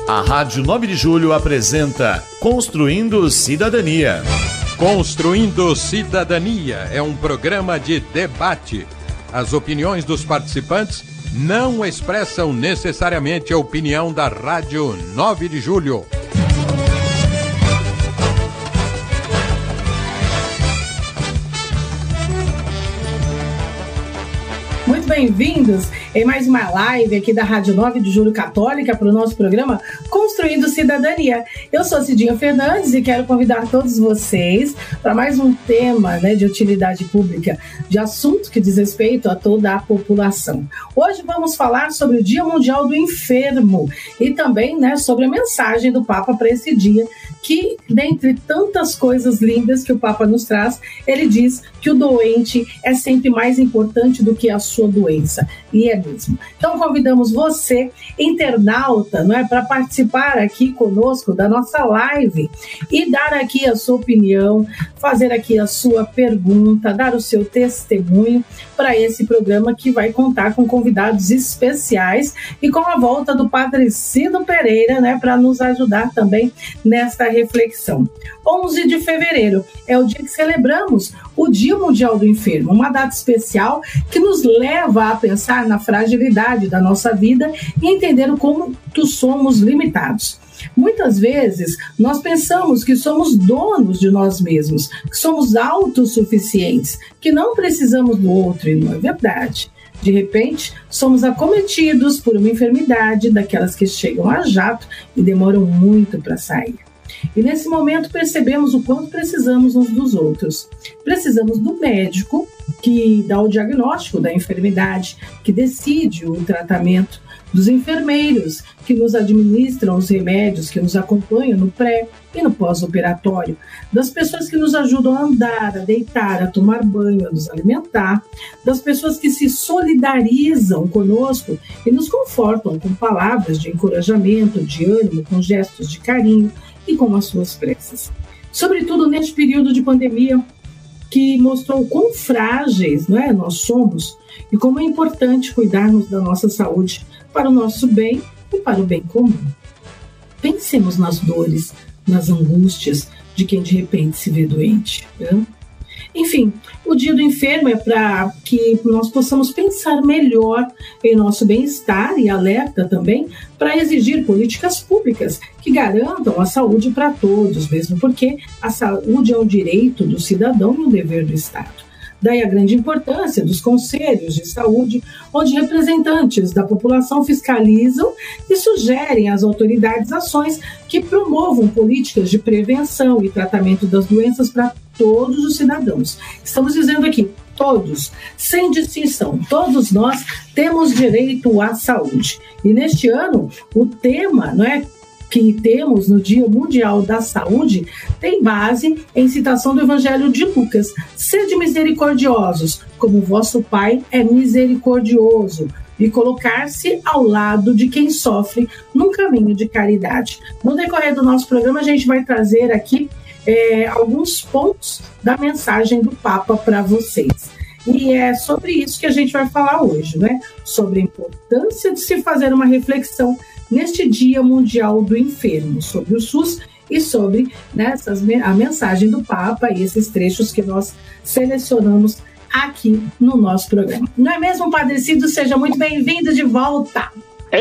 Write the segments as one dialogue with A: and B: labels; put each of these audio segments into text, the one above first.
A: A Rádio 9 de Julho apresenta Construindo Cidadania.
B: Construindo Cidadania é um programa de debate. As opiniões dos participantes não expressam necessariamente a opinião da Rádio 9 de Julho.
C: Muito bem-vindos em mais uma live aqui da Rádio 9 de Julho Católica para o nosso programa Construindo Cidadania. Eu sou Cidinha Fernandes e quero convidar todos vocês para mais um tema, de utilidade pública, de assunto que diz respeito a toda a população. Hoje vamos falar sobre o Dia Mundial do Enfermo e também sobre a mensagem do Papa para esse dia, que, dentre tantas coisas lindas que o Papa nos traz, ele diz que o doente é sempre mais importante do que a sua doença. E é mesmo. Então convidamos você, internauta, para participar aqui conosco da nossa live e dar aqui a sua opinião, fazer aqui a sua pergunta, dar o seu testemunho para esse programa que vai contar com convidados especiais e com a volta do Padre Cido Pereira, para nos ajudar também nesta reflexão. 11 de fevereiro é o dia que celebramos o Dia Mundial do Enfermo, uma data especial que nos leva a pensar na fragilidade da nossa vida e entender como somos limitados. Muitas vezes nós pensamos que somos donos de nós mesmos, que somos autossuficientes, que não precisamos do outro, e não é verdade. De repente, somos acometidos por uma enfermidade daquelas que chegam a jato e demoram muito para sair. E nesse momento percebemos o quanto precisamos uns dos outros. Precisamos do médico que dá o diagnóstico da enfermidade, que decide o tratamento, dos enfermeiros que nos administram os remédios, que nos acompanham no pré e no pós-operatório, das pessoas que nos ajudam a andar, a deitar, a tomar banho, a nos alimentar, das pessoas que se solidarizam conosco e nos confortam com palavras de encorajamento, de ânimo, com gestos de carinho e com as suas preces. Sobretudo neste período de pandemia, que mostrou quão frágeis nós somos e como é importante cuidarmos da nossa saúde para o nosso bem e para o bem comum. Pensemos nas dores, nas angústias de quem de repente se vê doente. Enfim, o Dia do Enfermo é para que nós possamos pensar melhor em nosso bem-estar e alerta também para exigir políticas públicas que garantam a saúde para todos, mesmo porque a saúde é um direito do cidadão e um dever do Estado. Daí a grande importância dos conselhos de saúde, onde representantes da população fiscalizam e sugerem às autoridades ações que promovam políticas de prevenção e tratamento das doenças para todos os cidadãos. Estamos dizendo aqui, todos, sem distinção, todos nós temos direito à saúde. E neste ano, o tema, que temos no Dia Mundial da Saúde tem base em citação do Evangelho de Lucas. Sede misericordiosos, como vosso Pai é misericordioso, e colocar-se ao lado de quem sofre num caminho de caridade. No decorrer do nosso programa, a gente vai trazer aqui alguns pontos da mensagem do Papa para vocês. E é sobre isso que a gente vai falar hoje, sobre a importância de se fazer uma reflexão neste Dia Mundial do Enfermo, sobre o SUS e sobre a mensagem do Papa e esses trechos que nós selecionamos aqui no nosso programa. Não é mesmo, Padre Cido? Seja muito bem-vindo de volta!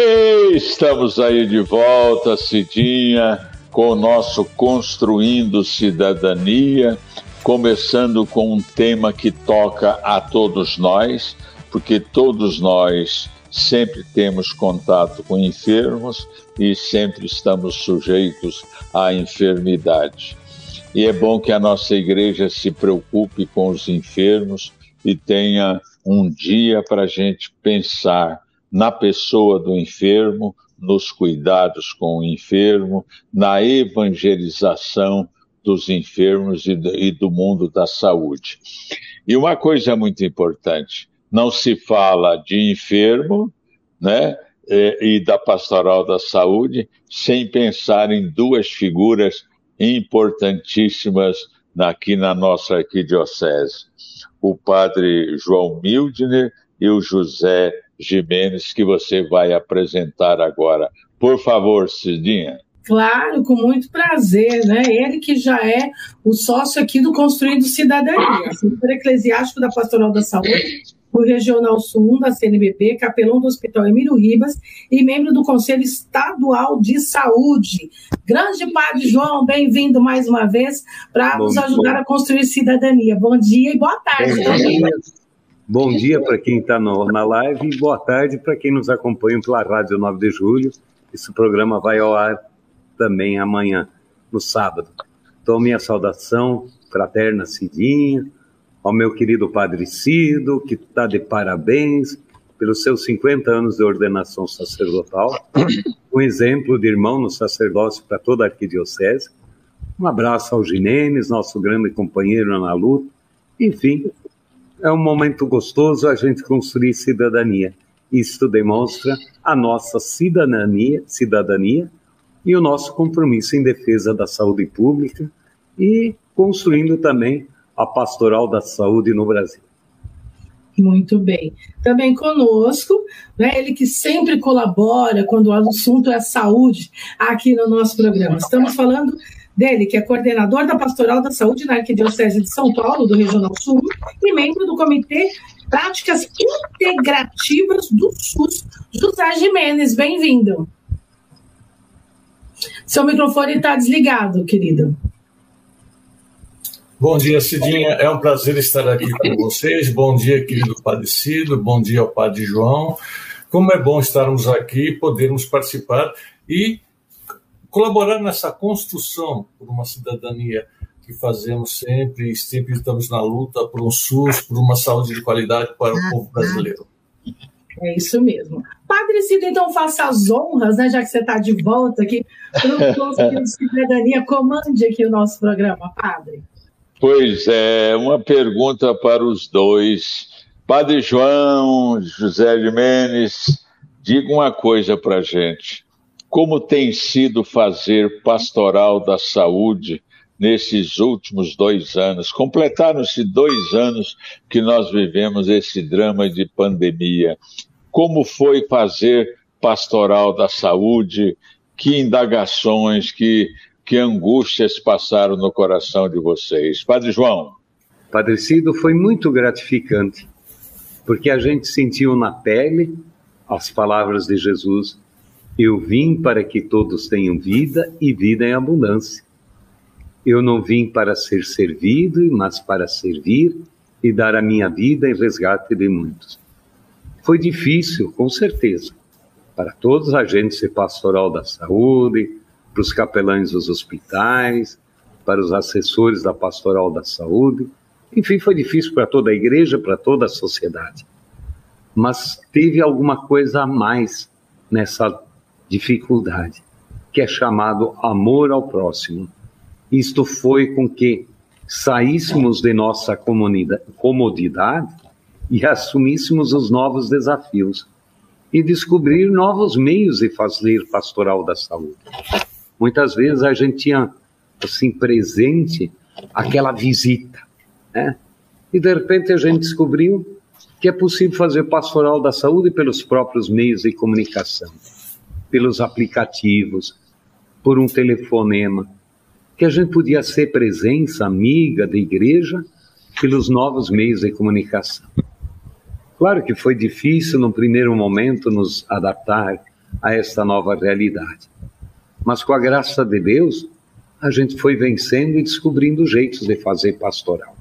D: Estamos aí de volta, Cidinha, com o nosso Construindo Cidadania, começando com um tema que toca a todos nós, porque todos nós sempre temos contato com enfermos e sempre estamos sujeitos à enfermidade. E é bom que a nossa igreja se preocupe com os enfermos e tenha um dia para a gente pensar na pessoa do enfermo, nos cuidados com o enfermo, na evangelização dos enfermos e do mundo da saúde. E uma coisa muito importante, não se fala de enfermo, e da pastoral da saúde, sem pensar em duas figuras importantíssimas aqui na nossa arquidiocese. O padre João Mildner e o José Gimenez, que você vai apresentar agora Por favor, Cidinha.
C: Claro, com muito prazer, né? Ele que já é o sócio aqui do Construindo Cidadania, assessor eclesiástico da Pastoral da Saúde, do Regional Sul 1 da CNBB, capelão do Hospital Emílio Ribas e membro do Conselho Estadual de Saúde. Grande Padre João, bem-vindo mais uma vez para nos ajudar a construir cidadania. Bom dia e boa tarde.
E: Bom dia para quem está na live e boa tarde para quem nos acompanha pela Rádio 9 de Julho. Esse programa vai ao ar também amanhã, no sábado. Então, minha saudação fraterna Cidinha, ao meu querido Padre Cido, que está de parabéns pelos seus 50 anos de ordenação sacerdotal, um exemplo de irmão no sacerdócio para toda a arquidiocese. Um abraço ao Ginemes, nosso grande companheiro na luta. Enfim, é um momento gostoso a gente construir cidadania. Isto demonstra a nossa cidadania e o nosso compromisso em defesa da saúde pública e construindo também a pastoral da saúde no Brasil.
C: Muito bem. Também conosco, né, ele que sempre colabora quando o assunto é saúde aqui no nosso programa. Estamos falando dele, que é coordenador da Pastoral da Saúde na Arquidiocese de São Paulo, do Regional Sul, e membro do Comitê Práticas Integrativas do SUS, José Gimenes. Bem-vindo. Seu microfone está desligado, querido.
F: Bom dia, Cidinha. É um prazer estar aqui com vocês. Bom dia, querido Padre Cido. Bom dia ao Padre João. Como é bom estarmos aqui, podermos participar e colaborar nessa construção por uma cidadania que fazemos sempre estamos na luta por um SUS, por uma saúde de qualidade para o povo brasileiro.
C: É isso mesmo. Padre Cido, então faça as honras, né, já que você está de volta aqui, para o Conselho de Cidadania, comande aqui o nosso programa, Padre.
D: Pois é, uma pergunta para os dois. Padre João, José Gimenes, diga uma coisa para a gente. Como tem sido fazer pastoral da saúde nesses últimos 2 anos? Completaram-se 2 anos que nós vivemos esse drama de pandemia. Como foi fazer pastoral da saúde? Que indagações, que angústias passaram no coração de vocês? Padre João.
E: Padre Cido, foi muito gratificante, porque a gente sentiu na pele as palavras de Jesus: eu vim para que todos tenham vida e vida em abundância. Eu não vim para ser servido, mas para servir e dar a minha vida em resgate de muitos. Foi difícil, com certeza, para todos os agentes de pastoral da saúde, para os capelães dos hospitais, para os assessores da pastoral da saúde. Enfim, foi difícil para toda a igreja, para toda a sociedade. Mas teve alguma coisa a mais nessa dificuldade, que é chamado amor ao próximo. Isto foi com que saíssemos de nossa comodidade e assumíssemos os novos desafios e descobrir novos meios de fazer pastoral da saúde. Muitas vezes a gente tinha, assim, presente aquela visita, né? E de repente a gente descobriu que é possível fazer pastoral da saúde pelos próprios meios de comunicação, pelos aplicativos, por um telefonema, que a gente podia ser presença amiga da igreja pelos novos meios de comunicação. Claro que foi difícil no primeiro momento nos adaptar a esta nova realidade, mas com a graça de Deus a gente foi vencendo e descobrindo jeitos de fazer pastoral.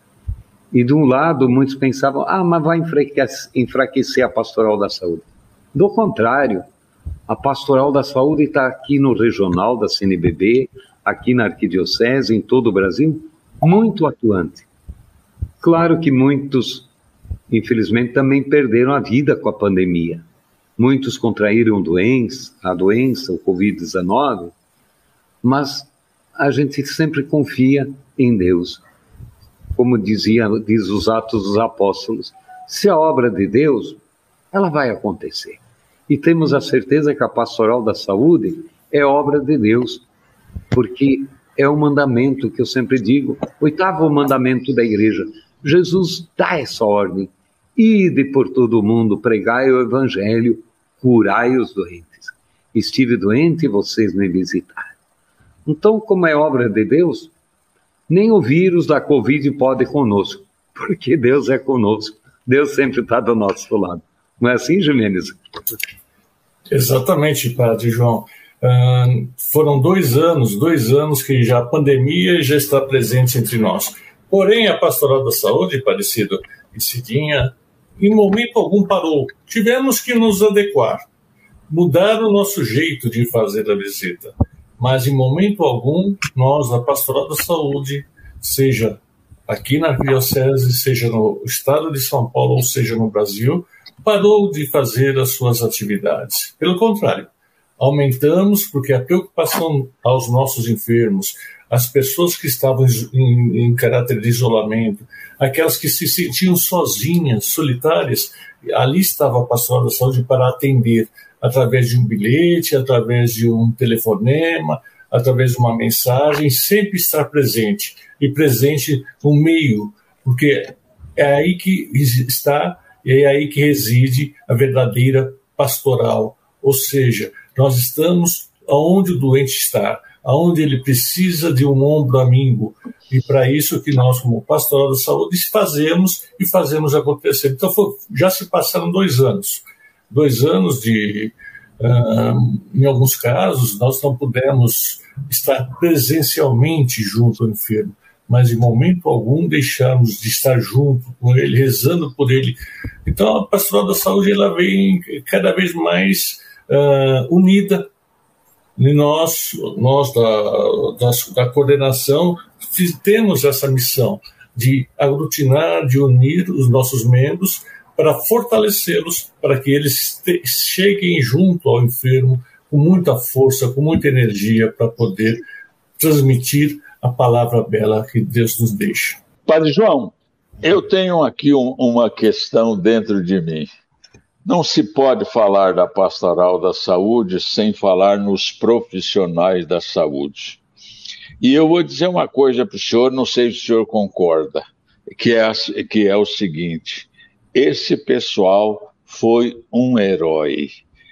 E: E de um lado muitos pensavam, mas vai enfraquecer a pastoral da saúde. Do contrário, a pastoral da saúde está aqui no regional da CNBB, aqui na Arquidiocese, em todo o Brasil, muito atuante. Claro que muitos, infelizmente, também perderam a vida com a pandemia. Muitos contraíram a doença, o Covid-19, mas a gente sempre confia em Deus. Como diz os Atos dos Apóstolos, se a obra de Deus, ela vai acontecer. E temos a certeza que a pastoral da saúde é obra de Deus, porque é o mandamento que eu sempre digo, 8º mandamento da igreja. Jesus dá essa ordem: ide por todo o mundo, pregai o evangelho, curai os doentes. estive doente e vocês me visitaram. Então, como é obra de Deus, nem o vírus da Covid pode conosco, porque Deus é conosco. Deus sempre está do nosso lado. Não é assim, Jimenez?
F: Exatamente, Padre João. Foram 2 anos que já a pandemia já está presente entre nós. Porém, a Pastoral da Saúde, Aparecido e Cidinha, em momento algum parou. Tivemos que nos adequar, mudar o nosso jeito de fazer a visita. Mas, em momento algum, nós, da Pastoral da Saúde, seja aqui na Diocese, seja no estado de São Paulo, ou seja no Brasil, parou de fazer as suas atividades. Pelo contrário, aumentamos porque a preocupação aos nossos enfermos, as pessoas que estavam em caráter de isolamento, aquelas que se sentiam sozinhas, solitárias, ali estava a Pastoral da Saúde para atender através de um bilhete, através de um telefonema, através de uma mensagem, sempre estar presente, e presente no meio, porque é aí que está, é aí que reside a verdadeira pastoral, ou seja, nós estamos onde o doente está, onde ele precisa de um ombro amigo, e para isso que nós, como Pastoral da Saúde, fazemos acontecer. Então, já se passaram 2 anos. 2 anos de, em alguns casos, nós não pudemos estar presencialmente junto ao enfermo, mas em momento algum deixamos de estar junto com ele, rezando por ele. Então, a Pastoral da Saúde ela vem cada vez mais unida. E nós da coordenação temos essa missão de aglutinar, de unir os nossos membros para fortalecê-los, para que eles cheguem junto ao enfermo com muita força, com muita energia, para poder transmitir a palavra bela que Deus nos deixa.
D: Padre João, eu tenho aqui uma questão dentro de mim. Não se pode falar da Pastoral da Saúde sem falar nos profissionais da saúde. E eu vou dizer uma coisa para o senhor, não sei se o senhor concorda, que é o seguinte: esse pessoal foi um herói.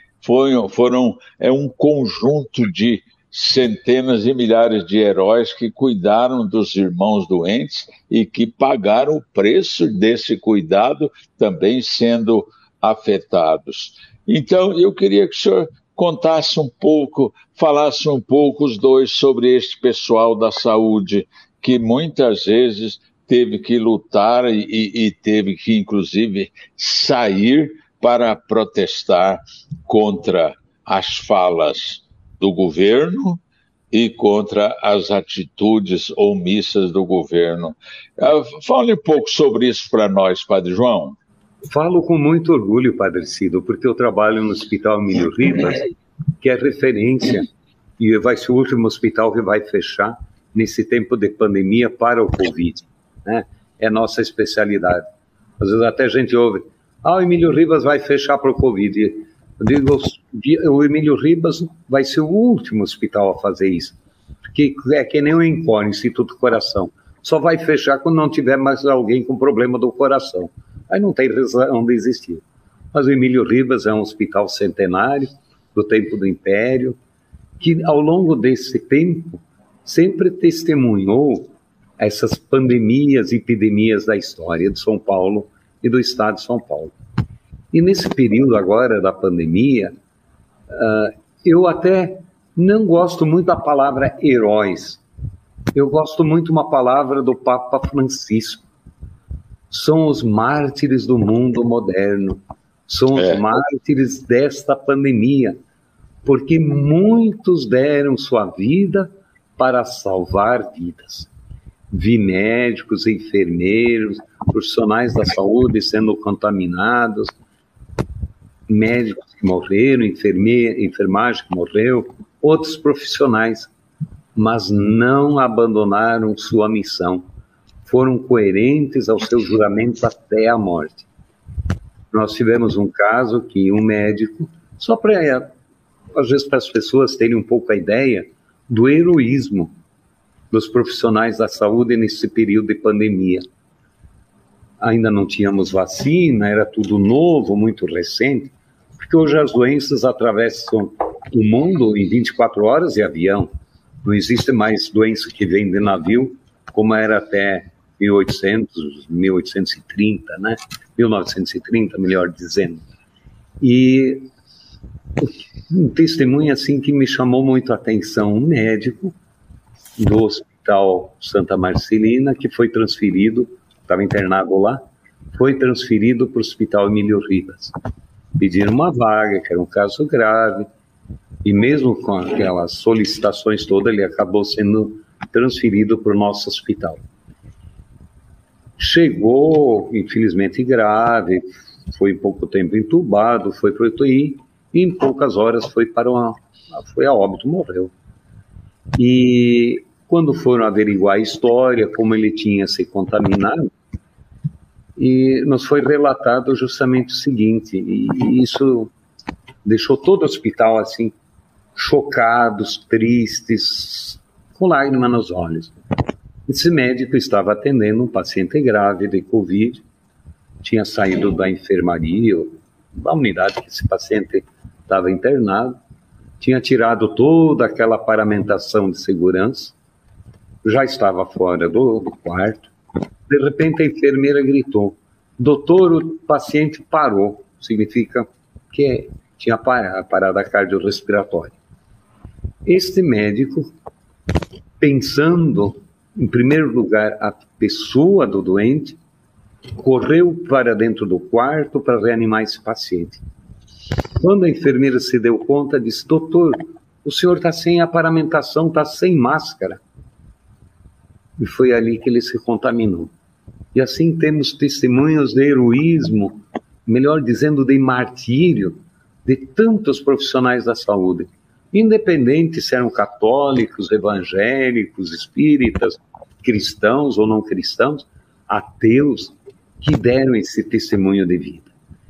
D: É um conjunto de centenas e milhares de heróis que cuidaram dos irmãos doentes e que pagaram o preço desse cuidado, também sendo afetados. Então, eu queria que o senhor contasse um pouco, falasse um pouco os dois sobre este pessoal da saúde, que muitas vezes teve que lutar e teve que, inclusive, sair para protestar contra as falas do governo e contra as atitudes omissas do governo. Fale um pouco sobre isso para nós, Padre João.
E: Falo com muito orgulho, Padre Cido, porque eu trabalho no Hospital Emílio Ribas, que é referência, e vai ser o último hospital que vai fechar nesse tempo de pandemia para o Covid, né? É nossa especialidade. Às vezes até a gente ouve, o Emílio Ribas vai fechar para o Covid. Eu digo, o Emílio Ribas vai ser o último hospital a fazer isso, porque é que nem o INCOR, Instituto do Coração. Só vai fechar quando não tiver mais alguém com problema do coração. Aí não tem razão de existir. Mas o Emílio Ribas é um hospital centenário, do tempo do Império, que ao longo desse tempo sempre testemunhou essas pandemias e epidemias da história de São Paulo e do estado de São Paulo. E nesse período agora da pandemia, eu até não gosto muito da palavra heróis. Eu gosto muito de uma palavra do Papa Francisco. São os mártires do mundo moderno, são os mártires desta pandemia, porque muitos deram sua vida para salvar vidas. Vi médicos, enfermeiros, profissionais da saúde sendo contaminados, médicos que morreram, enfermagem que morreu, outros profissionais, mas não abandonaram sua missão. Foram coerentes ao seu juramento até a morte. Nós tivemos um caso que um médico, só para, às vezes, para as pessoas terem um pouco a ideia do heroísmo dos profissionais da saúde nesse período de pandemia. Ainda não tínhamos vacina, era tudo novo, muito recente, porque hoje as doenças atravessam o mundo em 24 horas de avião. Não existe mais doença que vem de navio, como era até 1830, né? 1930, melhor dizendo. E um testemunho assim que me chamou muito a atenção, um médico do Hospital Santa Marcelina, que foi transferido, estava internado lá, foi transferido para o Hospital Emílio Ribas. Pediram uma vaga, que era um caso grave, e mesmo com aquelas solicitações todas, ele acabou sendo transferido para o nosso hospital. Chegou, infelizmente, grave, foi em pouco tempo entubado, foi para o UTI, e em poucas horas foi a óbito, morreu. E quando foram averiguar a história, como ele tinha se contaminado, e nos foi relatado justamente o seguinte, e isso deixou todo o hospital assim, chocados, tristes, com lágrimas nos olhos. Esse médico estava atendendo um paciente grave de Covid, tinha saído da enfermaria, da unidade que esse paciente estava internado, tinha tirado toda aquela paramentação de segurança, já estava fora do quarto. De repente a enfermeira gritou: doutor, o paciente parou. Significa que tinha parada cardiorrespiratória. Este médico, pensando em primeiro lugar a pessoa do doente, correu para dentro do quarto para reanimar esse paciente. Quando a enfermeira se deu conta, disse: doutor, o senhor está sem a paramentação, está sem máscara. E foi ali que ele se contaminou. E assim temos testemunhos de heroísmo, melhor dizendo, de martírio, de tantos profissionais da saúde, independente se eram católicos, evangélicos, espíritas, cristãos ou não cristãos, ateus, que deram esse testemunho de vida.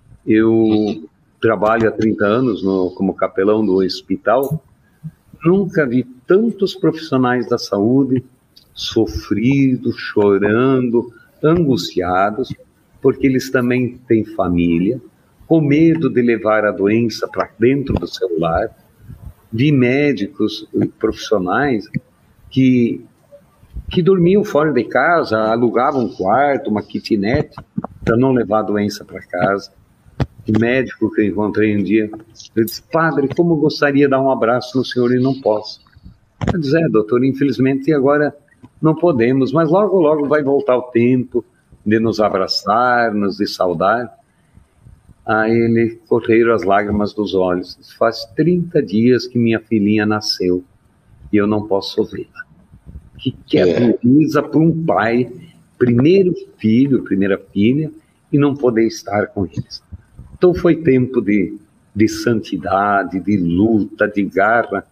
E: Eu trabalho há 30 anos como capelão do hospital, nunca vi tantos profissionais da saúde sofridos, chorando, angustiados, porque eles também têm família, com medo de levar a doença para dentro do seu lar. Vi médicos profissionais que dormiam fora de casa, alugavam um quarto, uma kitnet, para não levar a doença para casa. O médico que eu encontrei um dia, eu disse: padre, como eu gostaria de dar um abraço no senhor e não posso. Eu disse: doutor, infelizmente agora não podemos, mas logo, logo vai voltar o tempo de nos abraçarmos, de saudar. Aí ele correram as lágrimas dos olhos. Faz 30 dias que minha filhinha nasceu e eu não posso vê-la. Que é dureza para um pai, primeiro filho, primeira filha, e não poder estar com eles. Então foi tempo de santidade, de luta, de garra,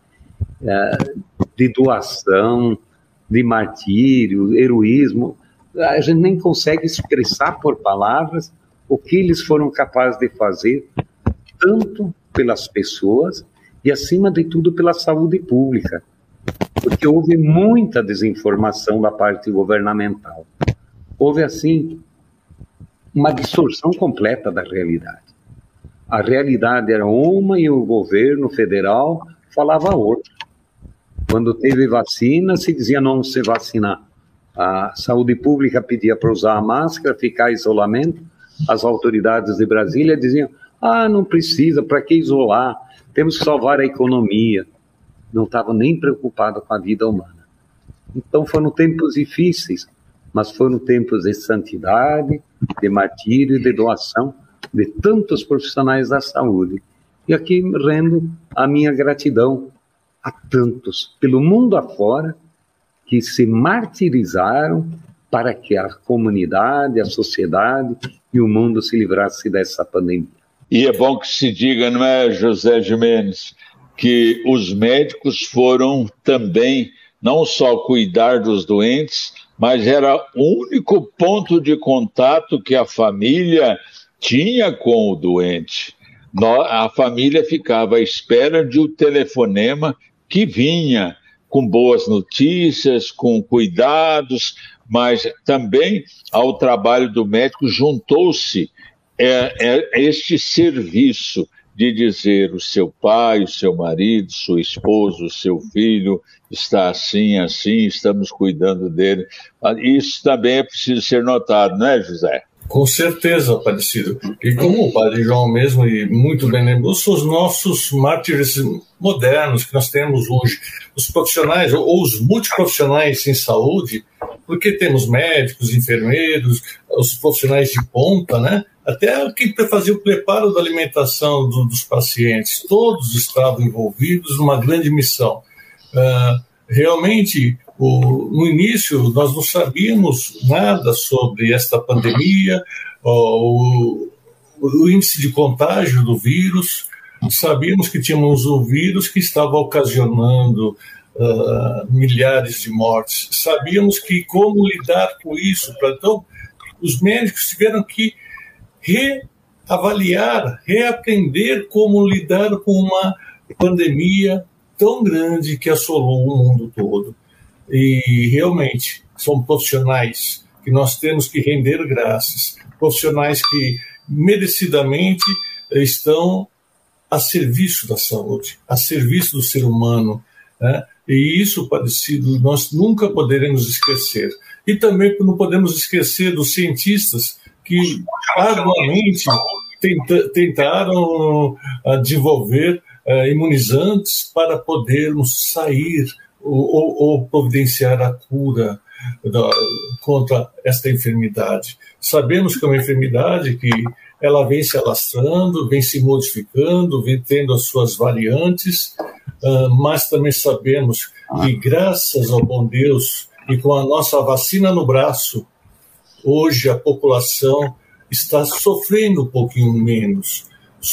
E: de doação, de martírio, heroísmo. A gente nem consegue expressar por palavras o que eles foram capazes de fazer, tanto pelas pessoas e, acima de tudo, pela saúde pública, porque houve muita desinformação da parte governamental. Houve, assim, uma distorção completa da realidade. A realidade era uma e o governo federal falava outra. Quando teve vacina, se dizia não se vacinar. A saúde pública pedia para usar a máscara, ficar em isolamento. As autoridades de Brasília diziam: não precisa, para que isolar? Temos que salvar a economia. Não estavam nem preocupados com a vida humana. Então foram tempos difíceis, mas foram tempos de santidade, de martírio e de doação de tantos profissionais da saúde. E aqui rendo a minha gratidão a tantos, pelo mundo afora, que se martirizaram para que a comunidade, a sociedade e o mundo se livrasse dessa pandemia.
D: E é bom que se diga, não é, José Gimenez, que os médicos foram também não só cuidar dos doentes, mas era o único ponto de contato que a família tinha com o doente. A família ficava à espera de um telefonema que vinha com boas notícias, com cuidados, mas também ao trabalho do médico juntou-se este serviço de dizer o seu pai, o seu marido, sua esposa, o seu filho está assim, assim, estamos cuidando dele. Isso também é preciso ser notado, não é, José?
F: Com certeza, Aparecido. E como o Padre João mesmo e muito bem lembrou, são os nossos mártires modernos que nós temos hoje. Os profissionais, ou os multiprofissionais em saúde, porque temos médicos, enfermeiros, os profissionais de ponta, né? Até quem fazia o preparo da alimentação dos pacientes, todos estavam envolvidos numa grande missão. Realmente, no início, nós não sabíamos nada sobre esta pandemia, o índice de contágio do vírus. Sabíamos que tínhamos um vírus que estava ocasionando milhares de mortes. Sabíamos que como lidar com isso. Então, os médicos tiveram que reavaliar, reaprender como lidar com uma pandemia tão grande que assolou o mundo todo. E realmente são profissionais que nós temos que render graças, profissionais que merecidamente estão a serviço da saúde, a serviço do ser humano, né? E isso, Aparecido, nós nunca poderemos esquecer. E também não podemos esquecer dos cientistas que arduamente tentaram desenvolver imunizantes para podermos sair ou providenciar a cura contra esta enfermidade. Sabemos que é uma enfermidade que ela vem se alastrando, vem se modificando, vem tendo as suas variantes, mas também sabemos que, graças ao bom Deus e com a nossa vacina no braço, hoje a população está sofrendo um pouquinho menos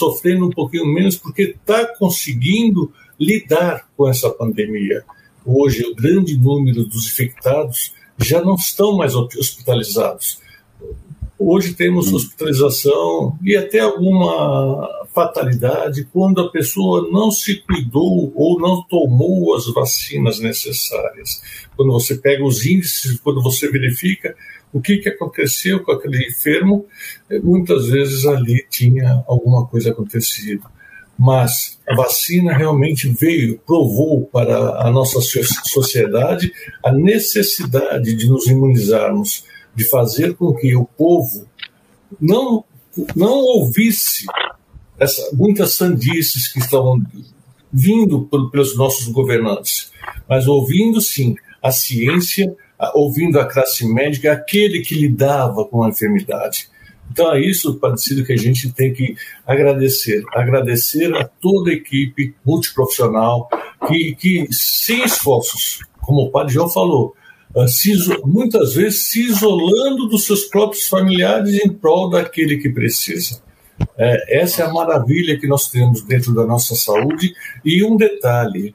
F: porque está conseguindo lidar com essa pandemia. Hoje, o grande número dos infectados já não estão mais hospitalizados. Hoje temos hospitalização e até alguma fatalidade quando a pessoa não se cuidou ou não tomou as vacinas necessárias. Quando você pega os índices, quando você verifica o que aconteceu com aquele enfermo, muitas vezes ali tinha alguma coisa acontecido. Mas a vacina realmente provou para a nossa sociedade a necessidade de nos imunizarmos, de fazer com que o povo não ouvisse muitas sandices que estavam vindo pelos nossos governantes, mas ouvindo sim a ciência, ouvindo a classe médica, aquele que lidava com a enfermidade. Então é isso, Aparecido, que a gente tem que agradecer a toda a equipe multiprofissional que sem esforços, como o Padre João falou, muitas vezes se isolando dos seus próprios familiares em prol daquele que precisa. Essa é a maravilha que nós temos dentro da nossa saúde. E um detalhe,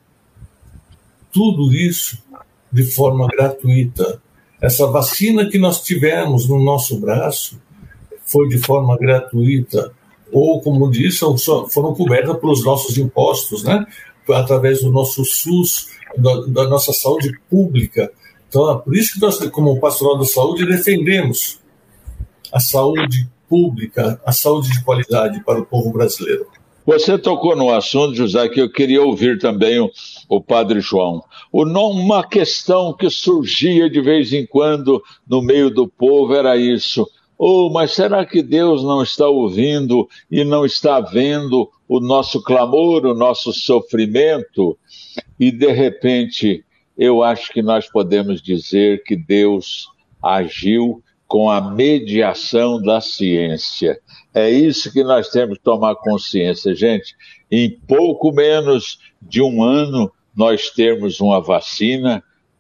F: tudo isso de forma gratuita. Essa vacina que nós tivemos no nosso braço foi de forma gratuita, ou, como disse, foram cobertas pelos nossos impostos, né? Através do nosso SUS, da nossa saúde pública. Então, é por isso que nós, como Pastoral da Saúde, defendemos a saúde pública, a saúde de qualidade para o povo brasileiro.
D: Você tocou no assunto, José, que eu queria ouvir também o Padre João. Uma questão que surgia de vez em quando no meio do povo era isso. Mas será que Deus não está ouvindo e não está vendo o nosso clamor, o nosso sofrimento? E, de repente, eu acho que nós podemos dizer que Deus agiu com a mediação da ciência. É isso que nós temos que tomar consciência, gente. Em pouco menos de um ano, nós temos uma vacina.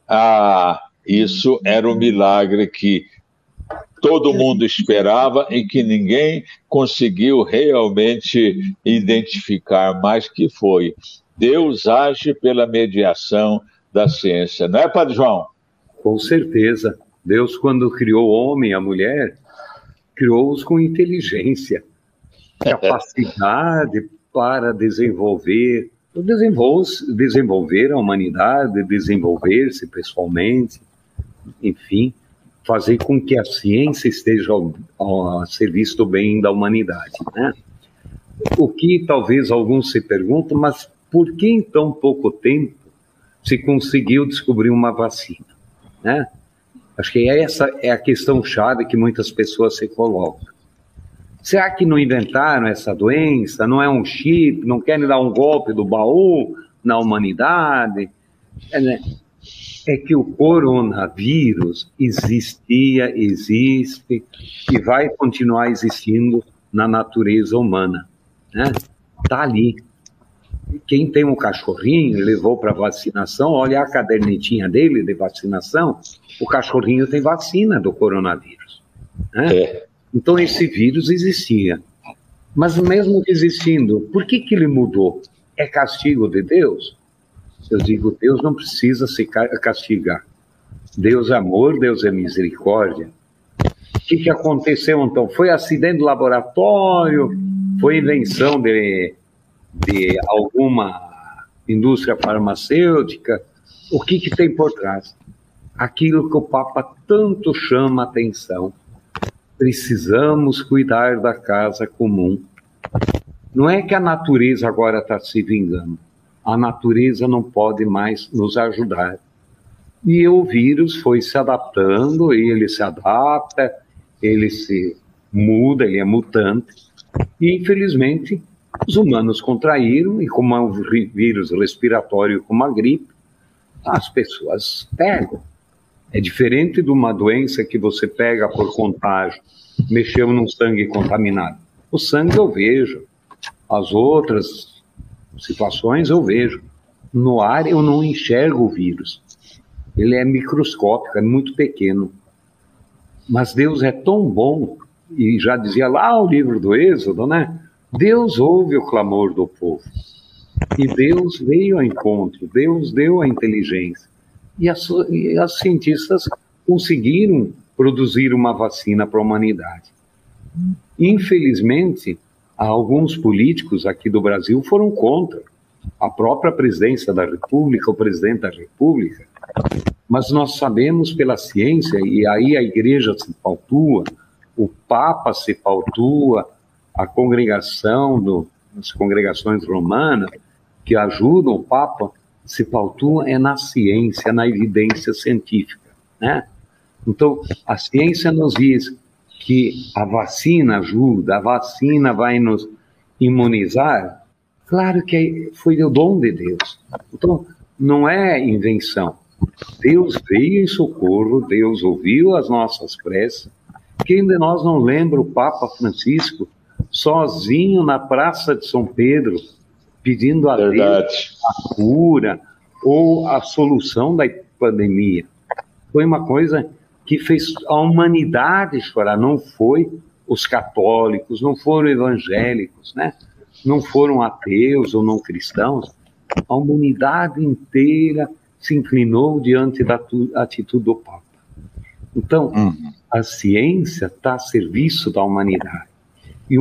D: Isso era um milagre que todo mundo esperava e que ninguém conseguiu realmente identificar, mas que foi. Deus age pela mediação da ciência. Não é, Padre João?
E: Com certeza. Deus, quando criou o homem e a mulher, criou-os com inteligência, capacidade para desenvolver a humanidade, desenvolver-se pessoalmente, enfim, fazer com que a ciência esteja a serviço do bem da humanidade, né? O que talvez alguns se perguntam, mas por que em tão pouco tempo se conseguiu descobrir uma vacina, né? Acho que essa é a questão-chave que muitas pessoas se colocam. Será que não inventaram essa doença? Não é um chip? Não querem dar um golpe do baú na humanidade? É que o coronavírus existia, existe e vai continuar existindo na natureza humana, né? Está ali. Quem tem um cachorrinho, levou para vacinação, olha a cadernetinha dele de vacinação, o cachorrinho tem vacina do coronavírus, né? Então esse vírus existia. Mas mesmo existindo, por que ele mudou? É castigo de Deus? Eu digo, Deus não precisa se castigar. Deus é amor, Deus é misericórdia. O que aconteceu então? Foi acidente do laboratório? Foi invenção de alguma indústria farmacêutica? O que tem por trás? Aquilo que o Papa tanto chama a atenção. Precisamos cuidar da casa comum. Não é que a natureza agora está se vingando. A natureza não pode mais nos ajudar. E o vírus foi se adaptando, e ele se adapta, ele se muda, ele é mutante. E, infelizmente, os humanos contraíram, e como é um vírus respiratório como a gripe, as pessoas pegam. É diferente de uma doença que você pega por contágio, mexeu num sangue contaminado. O sangue eu vejo, as outras situações eu vejo. No ar eu não enxergo o vírus. Ele é microscópico, é muito pequeno. Mas Deus é tão bom, e já dizia lá o livro do Êxodo, né? Deus ouve o clamor do povo. E Deus veio ao encontro, Deus deu a inteligência. E as cientistas conseguiram produzir uma vacina para a humanidade. Infelizmente, alguns políticos aqui do Brasil foram contra. A própria presidência da República, o presidente da República. Mas nós sabemos pela ciência, e aí a igreja se pautua, o Papa se pautua, a congregação, as congregações romanas, que ajudam o Papa, se pautua é na ciência, na evidência científica, né? Então, a ciência nos diz que a vacina ajuda, a vacina vai nos imunizar. Claro que foi o dom de Deus. Então, não é invenção. Deus veio em socorro, Deus ouviu as nossas preces. Quem de nós não lembra o Papa Francisco sozinho na Praça de São Pedro, pedindo a Deus a cura ou a solução da pandemia? Foi uma coisa que fez a humanidade chorar, não foi os católicos, não foram evangélicos, né? Não foram ateus ou não cristãos. A humanidade inteira se inclinou diante da atitude do Papa. Então, a ciência está a serviço da humanidade. E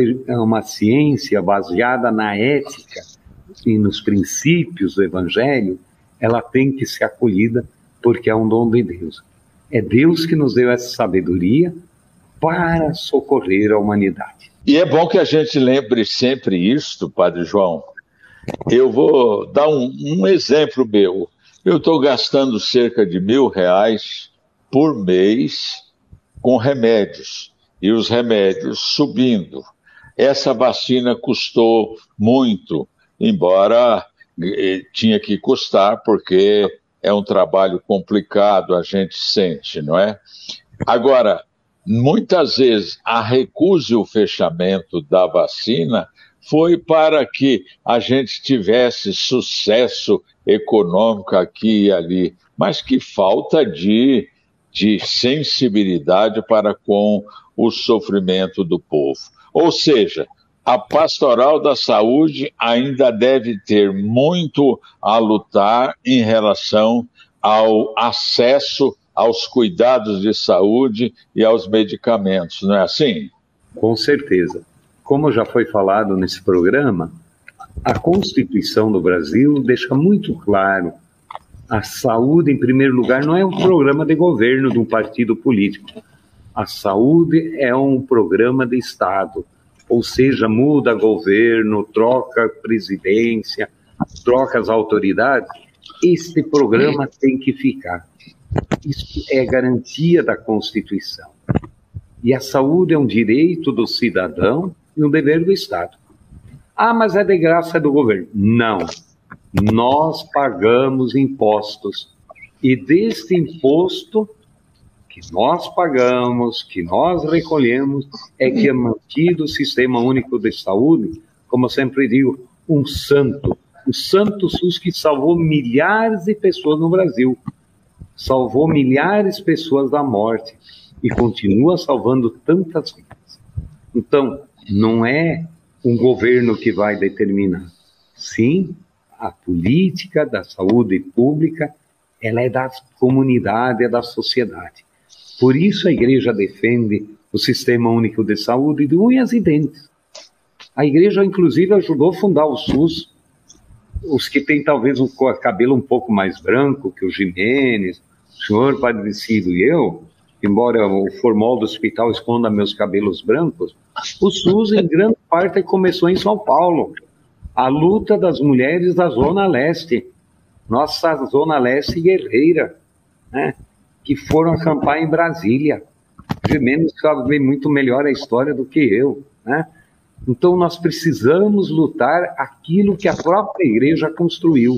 E: uma ciência baseada na ética e nos princípios do Evangelho, ela tem que ser acolhida porque é um dom de Deus. É Deus que nos deu essa sabedoria para socorrer a humanidade.
D: E é bom que a gente lembre sempre isto, Padre João. Eu vou dar um exemplo meu. Eu estou gastando cerca de R$1.000 por mês com remédios. E os remédios subindo. Essa vacina custou muito, embora tinha que custar, porque é um trabalho complicado, a gente sente, não é? Agora, muitas vezes a recusa e o fechamento da vacina foi para que a gente tivesse sucesso econômico aqui e ali, mas que falta de sensibilidade para com o sofrimento do povo. Ou seja, a pastoral da saúde ainda deve ter muito a lutar em relação ao acesso aos cuidados de saúde e aos medicamentos, não é assim?
E: Com certeza. Como já foi falado nesse programa, a Constituição do Brasil deixa muito claro: a saúde, em primeiro lugar, não é um programa de governo de um partido político. A saúde é um programa de Estado. ou seja, muda governo, troca presidência, troca as autoridades, este programa tem que ficar. Isso é garantia da Constituição. E a saúde é um direito do cidadão e um dever do Estado. Ah, mas é de graça do governo. Não. Nós pagamos impostos. E deste imposto que nós pagamos, que nós recolhemos, é que é mantido o Sistema Único de Saúde, como eu sempre digo, um santo. O Santo SUS que salvou milhares de pessoas no Brasil. Salvou milhares de pessoas da morte. E continua salvando tantas vidas. Então, não é um governo que vai determinar. Sim, a política da saúde pública, ela é da comunidade, é da sociedade. Por isso a Igreja defende o Sistema Único de Saúde de unhas e dentes. A Igreja, inclusive, ajudou a fundar o SUS. Os que têm talvez o cabelo um pouco mais branco que o Jimenez, o senhor Padecido e eu, embora o formol do hospital esconda meus cabelos brancos, o SUS, em grande parte, começou em São Paulo. A luta das mulheres da Zona Leste, nossa Zona Leste guerreira, né, que foram acampar em Brasília. Jimenez sabe muito melhor a história do que eu, né? Então, nós precisamos lutar aquilo que a própria Igreja construiu.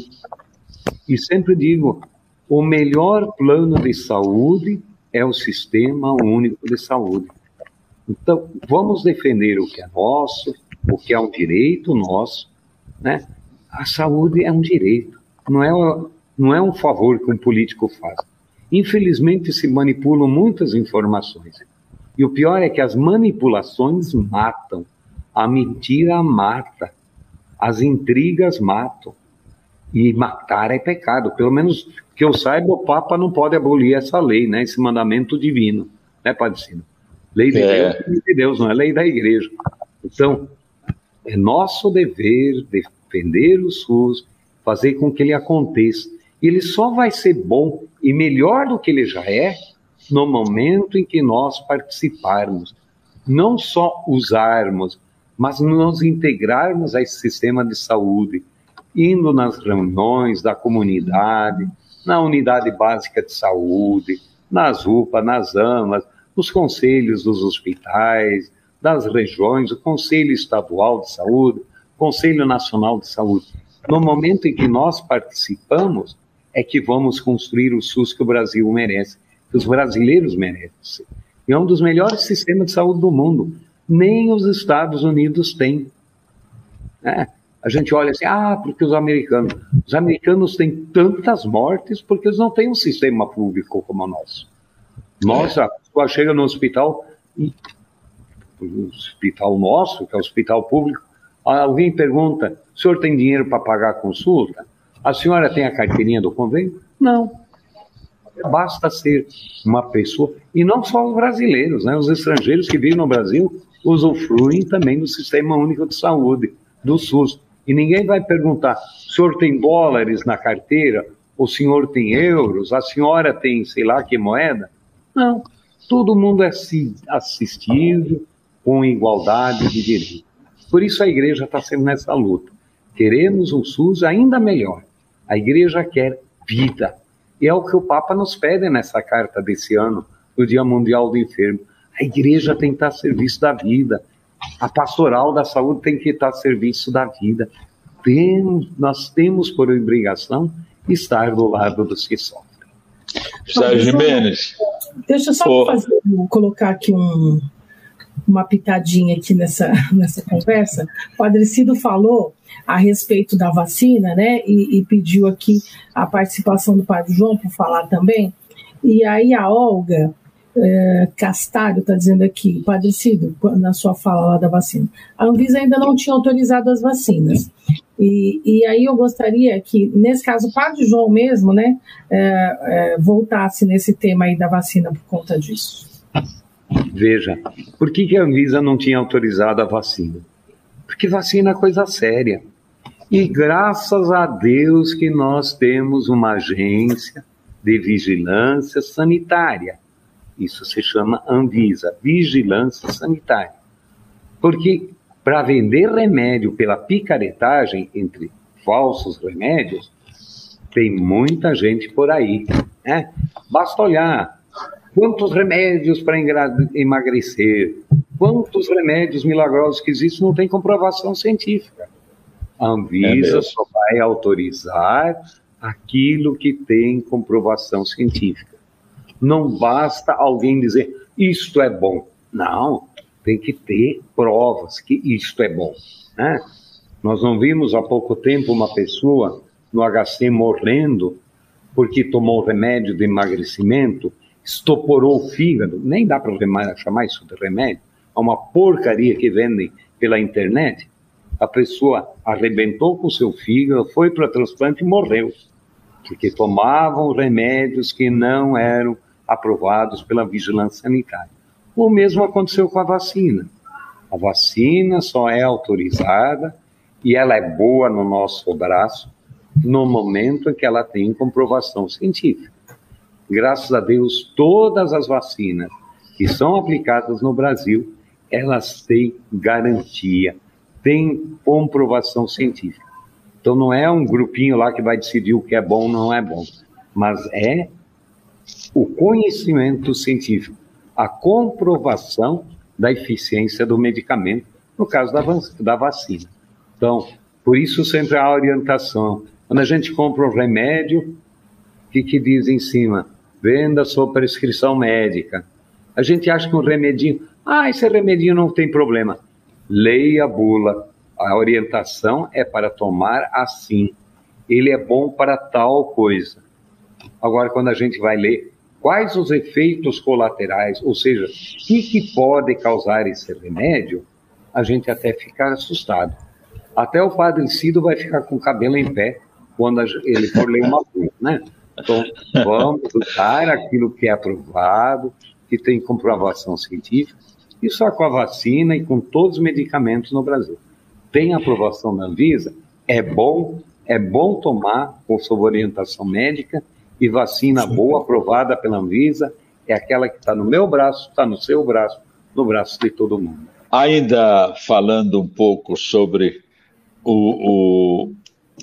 E: E sempre digo, o melhor plano de saúde é o Sistema Único de Saúde. Então, vamos defender o que é nosso, o que é um direito nosso, né? A saúde é um direito, não é um favor que um político faz. Infelizmente, se manipulam muitas informações. E o pior é que as manipulações matam. A mentira mata. As intrigas matam. E matar é pecado. Pelo menos que eu saiba, o Papa não pode abolir essa lei, né? Esse mandamento divino, né, Padecino? Lei de Deus, lei de Deus, não é lei da Igreja. Então, é nosso dever defender o SUS, fazer com que ele aconteça. E ele só vai ser bom e melhor do que ele já é no momento em que nós participarmos. Não só usarmos, mas nos integrarmos a esse sistema de saúde, indo nas reuniões da comunidade, na unidade básica de saúde, nas UPA, nas AMAs, nos conselhos dos hospitais, das regiões, o Conselho Estadual de Saúde, o Conselho Nacional de Saúde. No momento em que nós participamos, é que vamos construir o SUS que o Brasil merece, que os brasileiros merecem. E é um dos melhores sistemas de saúde do mundo. Nem os Estados Unidos têm. A gente olha assim, porque os americanos têm tantas mortes porque eles não têm um sistema público como o nosso. A pessoa chega no hospital, o hospital nosso, que é o hospital público, alguém pergunta, o senhor tem dinheiro para pagar a consulta? A senhora tem a carteirinha do convênio? Não. Basta ser uma pessoa, e não só os brasileiros, né? Os estrangeiros que vivem no Brasil usufruem também do Sistema Único de Saúde, do SUS. E ninguém vai perguntar, o senhor tem dólares na carteira? O senhor tem euros? A senhora tem sei lá que moeda? Não. Todo mundo é assistido com igualdade de direito. Por isso a Igreja está sempre nessa luta. Queremos um SUS ainda melhor. A Igreja quer vida. E é o que o Papa nos pede nessa carta desse ano, no Dia Mundial do Enfermo. A Igreja tem que estar a serviço da vida. A pastoral da saúde tem que estar a serviço da vida. Nós temos por obrigação estar do lado dos que sofrem.
D: Sérgio Jimenez.
C: Deixa eu só colocar aqui uma pitadinha aqui nessa conversa. O Padre Cido falou a respeito da vacina, né? E pediu aqui a participação do Padre João para falar também. E aí a Olga Castalho está dizendo aqui, Padre Cido, na sua fala lá da vacina, a Anvisa ainda não tinha autorizado as vacinas. E aí eu gostaria que, nesse caso, o Padre João mesmo, né, voltasse nesse tema aí da vacina por conta disso.
E: Veja, por que a Anvisa não tinha autorizado a vacina? Porque vacina é coisa séria. E graças a Deus que nós temos uma agência de vigilância sanitária. Isso se chama Anvisa, Vigilância Sanitária. Porque para vender remédio pela picaretagem entre falsos remédios, tem muita gente por aí, né? Basta olhar quantos remédios para emagrecer, quantos remédios milagrosos que existem, não tem comprovação científica. A Anvisa só vai autorizar aquilo que tem comprovação científica. Não basta alguém dizer, isto é bom. Não, tem que ter provas que isto é bom, né? Nós não vimos há pouco tempo uma pessoa no HC morrendo porque tomou remédio de emagrecimento, estoporou o fígado, nem dá para chamar isso de remédio, é uma porcaria que vendem pela internet. A pessoa arrebentou com o seu fígado, foi para transplante e morreu, porque tomavam remédios que não eram aprovados pela vigilância sanitária. O mesmo aconteceu com a vacina. A vacina só é autorizada e ela é boa no nosso braço no momento em que ela tem comprovação científica. Graças a Deus, todas as vacinas que são aplicadas no Brasil, elas têm garantia, têm comprovação científica. Então não é um grupinho lá que vai decidir o que é bom ou não é bom, mas é o conhecimento científico, a comprovação da eficiência do medicamento, no caso da vacina. Então, por isso sempre há orientação. Quando a gente compra um remédio, o que diz em cima? Venda sob prescrição médica. A gente acha que um remedinho, esse remedinho não tem problema. Leia a bula. A orientação é para tomar assim. Ele é bom para tal coisa. Agora, quando a gente vai ler quais os efeitos colaterais, ou seja, o que pode causar esse remédio, a gente até fica assustado. Até o Padre Cido vai ficar com o cabelo em pé quando ele for ler uma bula, né? Então, vamos usar aquilo que é aprovado, que tem comprovação científica, e só com a vacina e com todos os medicamentos no Brasil. Tem aprovação da Anvisa, é bom tomar com sua orientação médica, e vacina boa, aprovada pela Anvisa, é aquela que está no meu braço, está no seu braço, no braço de todo mundo.
D: Ainda falando um pouco sobre o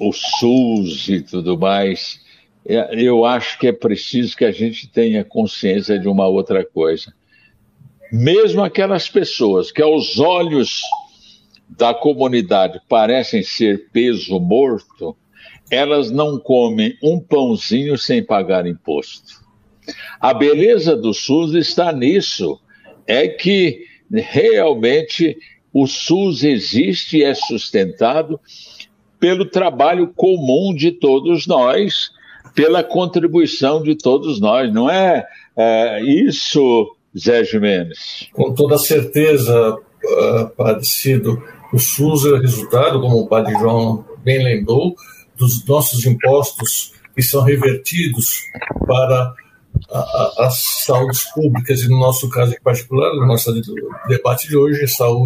D: SUS e tudo mais, eu acho que é preciso que a gente tenha consciência de uma outra coisa. Mesmo aquelas pessoas que aos olhos da comunidade parecem ser peso morto, elas não comem um pãozinho sem pagar imposto. A beleza do SUS está nisso, é que realmente o SUS existe e é sustentado pelo trabalho comum de todos nós, pela contribuição de todos nós, não é isso, Zé Jimenez?
F: Com toda certeza, Padre Cido, o SUS é o resultado, como o Padre João bem lembrou, dos nossos impostos que são revertidos para as saúdes públicas, e no nosso caso em particular, no nosso debate de hoje,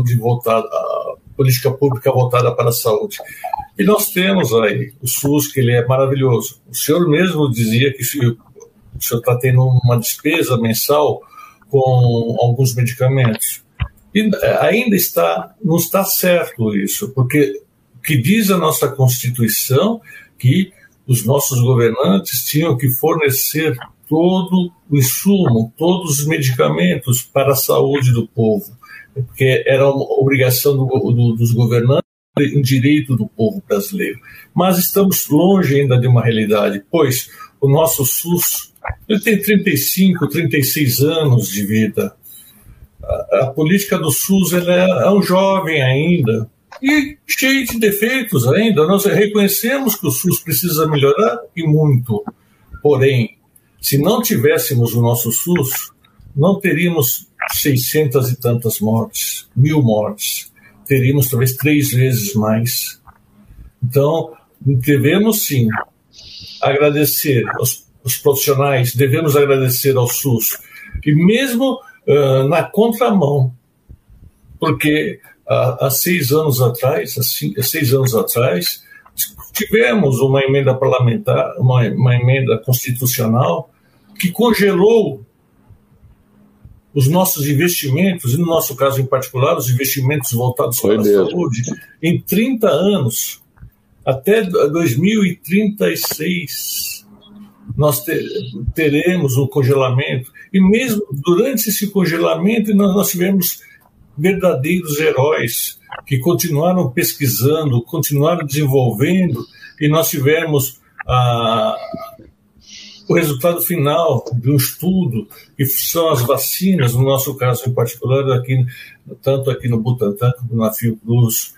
F: a política pública voltada para a saúde. E nós temos aí o SUS, que ele é maravilhoso. O senhor mesmo dizia que o senhor está tendo uma despesa mensal com alguns medicamentos. E ainda não está certo isso, porque o que diz a nossa Constituição que os nossos governantes tinham que fornecer todo o insumo, todos os medicamentos para a saúde do povo, porque era uma obrigação dos governantes em direito do povo brasileiro. Mas estamos longe ainda de uma realidade, pois o nosso SUS ele tem 35, 36 anos de vida. A política do SUS é um jovem ainda e cheio de defeitos ainda. Nós reconhecemos que o SUS precisa melhorar e muito. Porém, se não tivéssemos o nosso SUS, não teríamos 600 e tantas mortes, 1000 mortes. Teríamos talvez 3 vezes mais. Então, devemos sim agradecer os profissionais, devemos agradecer ao SUS. E mesmo na contramão, porque há 6 anos atrás, tivemos uma emenda parlamentar, uma emenda constitucional que congelou os nossos investimentos, e no nosso caso em particular, os investimentos voltados para a saúde, em 30 anos, até 2036, nós teremos um congelamento, e mesmo durante esse congelamento nós tivemos verdadeiros heróis que continuaram pesquisando, continuaram desenvolvendo, e nós tivemos o resultado final de um estudo, que são as vacinas, no nosso caso em particular, tanto aqui no Butantan como na Fiocruz,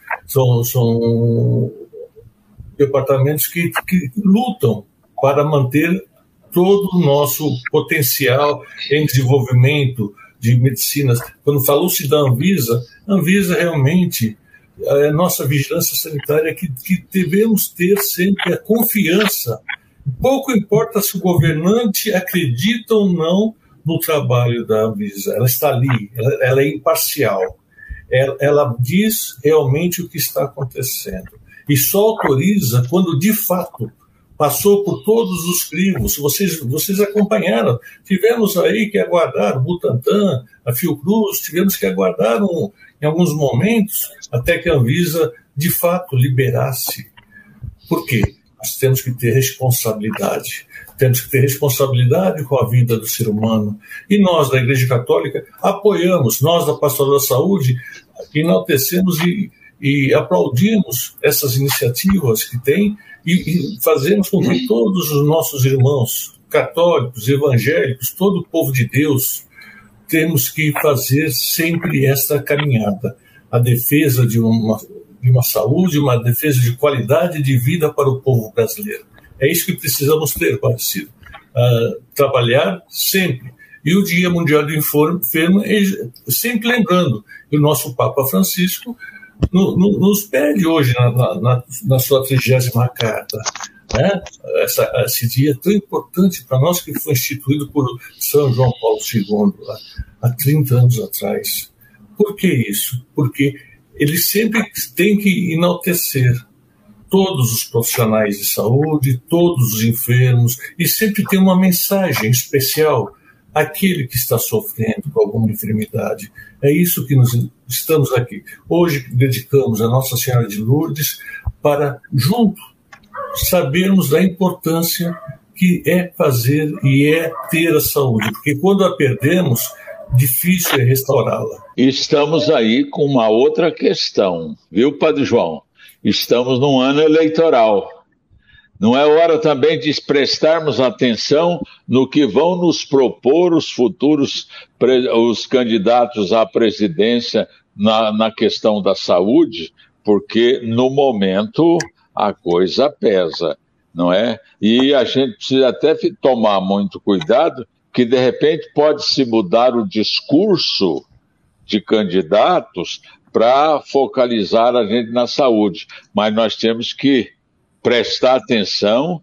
F: são departamentos que lutam para manter todo o nosso potencial em desenvolvimento de medicinas. Quando falou-se da Anvisa, realmente é a nossa vigilância sanitária que devemos ter sempre a confiança. Pouco importa se o governante acredita ou não no trabalho da Anvisa, ela está ali, ela é imparcial, ela diz realmente o que está acontecendo e só autoriza quando de fato passou por todos os crivos. Vocês acompanharam, tivemos aí que aguardar o Butantan, a Fiocruz, tivemos que aguardar em alguns momentos até que a Anvisa de fato liberasse. Por quê? Nós temos que ter responsabilidade. Temos que ter responsabilidade com a vida do ser humano. E nós, da Igreja Católica, apoiamos, nós, da Pastoral da Saúde, enaltecemos e aplaudimos essas iniciativas que tem e fazemos com que todos os nossos irmãos católicos, evangélicos, todo o povo de Deus, temos que fazer sempre essa caminhada. A defesa de uma saúde, uma defesa de qualidade de vida para o povo brasileiro. É isso que precisamos ter, Padre. Trabalhar sempre. E o Dia Mundial do Enfermo, sempre lembrando que o nosso Papa Francisco nos pede hoje, na sua 30ª carta, né? Esse dia tão importante para nós, que foi instituído por São João Paulo II, há 30 anos atrás. Por que isso? Porque ele sempre tem que enaltecer todos os profissionais de saúde, todos os enfermos, e sempre tem uma mensagem especial àquele que está sofrendo com alguma enfermidade. É isso que nós estamos aqui. Hoje dedicamos a Nossa Senhora de Lourdes para, junto, sabermos da importância que é fazer e é ter a saúde, porque quando a perdemos, difícil é restaurá-la.
D: Estamos aí com uma outra questão, viu, Padre João? Estamos num ano eleitoral. Não é hora também de prestarmos atenção no que vão nos propor os futuros os candidatos à presidência na questão da saúde? Porque, no momento, a coisa pesa, não é? E a gente precisa até tomar muito cuidado, que de repente pode-se mudar o discurso de candidatos para focalizar a gente na saúde. Mas nós temos que prestar atenção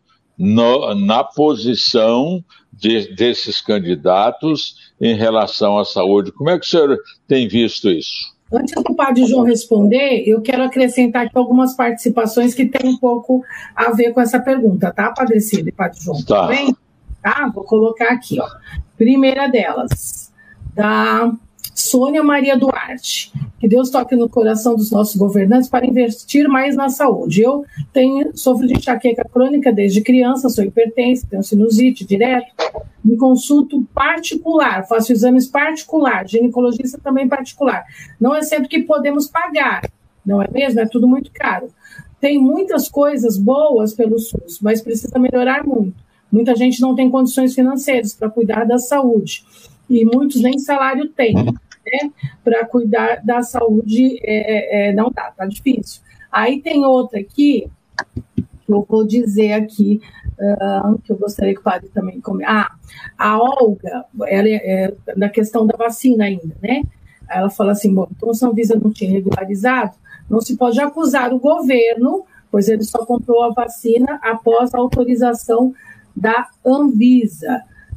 D: na posição desses candidatos em relação à saúde. Como é que o senhor tem visto isso?
C: Antes do Padre João responder, eu quero acrescentar aqui algumas participações que têm um pouco a ver com essa pergunta, tá, Padre Cida e Padre João?
D: Tá.
C: Bem? Tá? Vou colocar aqui, ó. Primeira delas, da Sônia Maria Duarte. Que Deus toque no coração dos nossos governantes para investir mais na saúde. Eu sofro de enxaqueca crônica desde criança, sou hipertensa, tenho sinusite direto, me consulto particular, faço exames particular, ginecologista também particular. Não é sempre que podemos pagar, não é mesmo? É tudo muito caro. Tem muitas coisas boas pelo SUS, mas precisa melhorar muito. Muita gente não tem condições financeiras para cuidar da saúde, e muitos nem salário têm. Para cuidar da saúde, não dá, tá difícil. Aí tem outra aqui, que eu vou dizer aqui, que eu gostaria que o padre também comentasse. A Olga, ela é da questão da vacina ainda, né? Ela fala assim, bom, então se a Anvisa não tinha regularizado, não se pode acusar o governo, pois ele só comprou a vacina após a autorização da Anvisa.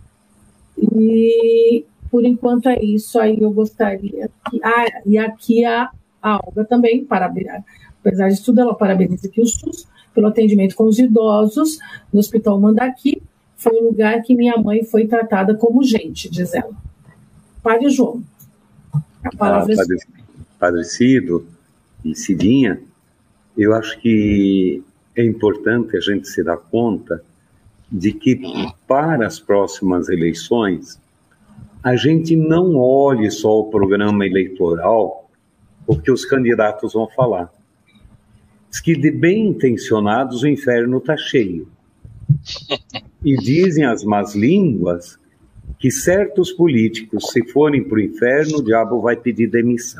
C: E por enquanto é isso. Aí eu gostaria que... e aqui a Olga também, apesar de tudo, ela parabeniza aqui o SUS pelo atendimento com os idosos no Hospital Mandaki. Foi o lugar que minha mãe foi tratada como gente, diz ela. Padre João. A palavra é sua.
E: Padre Cido e Cidinha, eu acho que é importante a gente se dar conta de que para as próximas eleições a gente não olhe só o programa eleitoral, o que os candidatos vão falar. Diz que de bem intencionados o inferno está cheio. E dizem as más línguas que certos políticos, se forem para o inferno, o diabo vai pedir demissão.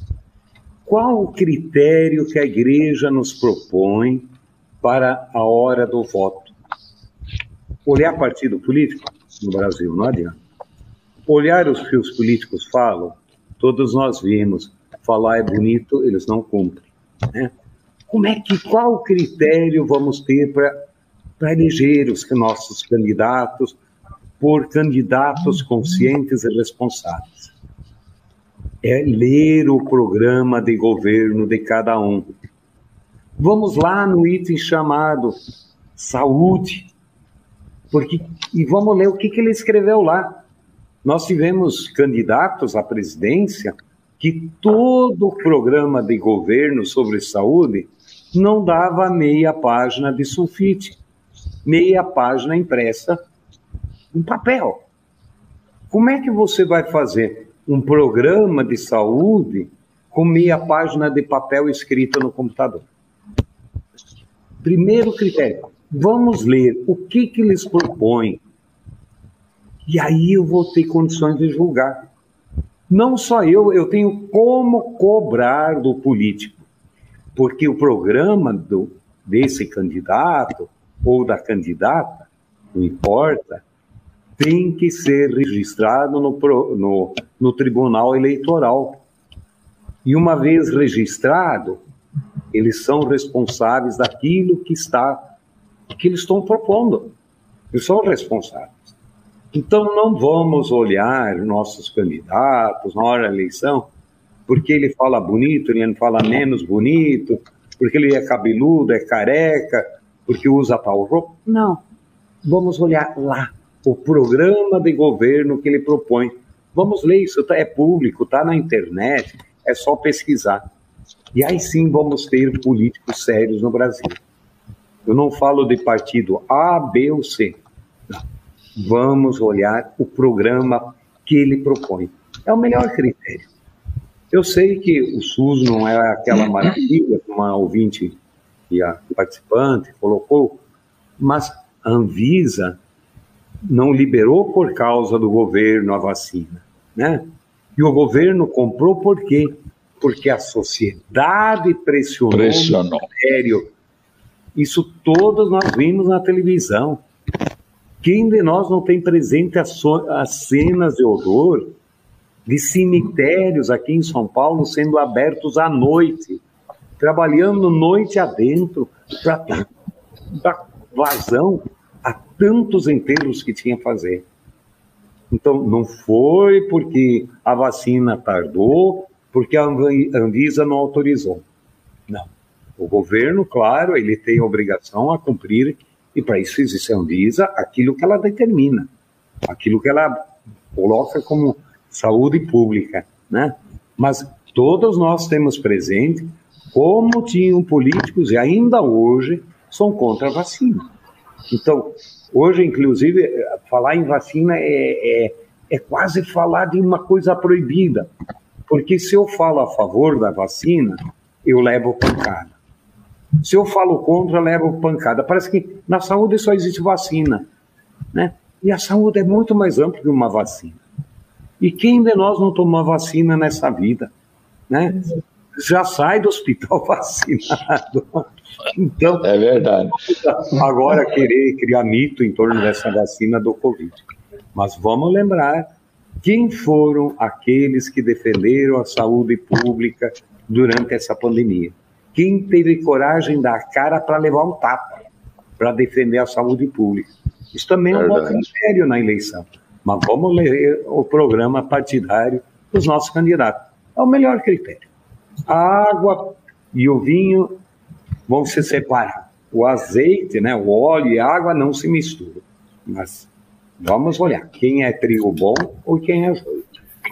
E: Qual o critério que a igreja nos propõe para a hora do voto? Olhar partido político no Brasil, não adianta. Olhar os que os políticos falam, todos nós vimos, falar é bonito, eles não cumprem, né? Qual critério vamos ter para eleger os nossos candidatos por candidatos conscientes e responsáveis? É ler o programa de governo de cada um. Vamos lá no item chamado saúde, e vamos ler o que ele escreveu lá. Nós tivemos candidatos à presidência que todo o programa de governo sobre saúde não dava meia página de sulfite, meia página impressa em papel. Como é que você vai fazer um programa de saúde com meia página de papel escrita no computador? Primeiro critério, vamos ler o que eles propõem. E aí eu vou ter condições de julgar. Não só eu tenho como cobrar do político, porque o programa desse candidato ou da candidata, não importa, tem que ser registrado no Tribunal Eleitoral. E uma vez registrado, eles são responsáveis daquilo que eles estão propondo. Eles são responsáveis. Então, não vamos olhar nossos candidatos na hora da eleição, porque ele fala bonito, ele fala menos bonito, porque ele é cabeludo, é careca, porque usa tal roupa. Não. Vamos olhar lá o programa de governo que ele propõe. Vamos ler isso, é público, está na internet, é só pesquisar. E aí sim vamos ter políticos sérios no Brasil. Eu não falo de partido A, B ou C. Não. Vamos olhar o programa que ele propõe. É o melhor critério. Eu sei que o SUS não é aquela maravilha que uma ouvinte e a participante colocou, mas a Anvisa não liberou por causa do governo a vacina, né? E o governo comprou por quê? Porque a sociedade pressionou. O critério. Isso todos nós vimos na televisão. Quem de nós não tem presente as cenas de horror de cemitérios aqui em São Paulo sendo abertos à noite, trabalhando noite adentro para dar vazão a tantos enterros que tinha a fazer. Então, não foi porque a vacina tardou, porque a Anvisa não autorizou. Não. O governo, claro, ele tem a obrigação a cumprir, e para isso existe a Anvisa, aquilo que ela determina, aquilo que ela coloca como saúde pública, né? Mas todos nós temos presente como tinham políticos, e ainda hoje, são contra a vacina. Então, hoje, inclusive, falar em vacina é quase falar de uma coisa proibida, porque se eu falo a favor da vacina, eu levo pancada. Se eu falo contra, eu levo pancada. Parece que na saúde só existe vacina, né? E a saúde é muito mais ampla que uma vacina. E quem de nós não tomou vacina nessa vida, né? Já sai do hospital vacinado. Então,
D: é verdade.
E: Agora querer criar mito em torno dessa vacina do Covid. Mas vamos lembrar quem foram aqueles que defenderam a saúde pública durante essa pandemia. Quem teve coragem de dar a cara para levar um tapa, para defender a saúde pública. Isso também é um bom critério na eleição. Mas vamos ler o programa partidário dos nossos candidatos. É o melhor critério. A água e o vinho vão se separar. O azeite, né, o óleo e a água não se misturam. Mas vamos olhar quem é trigo bom ou quem é joio.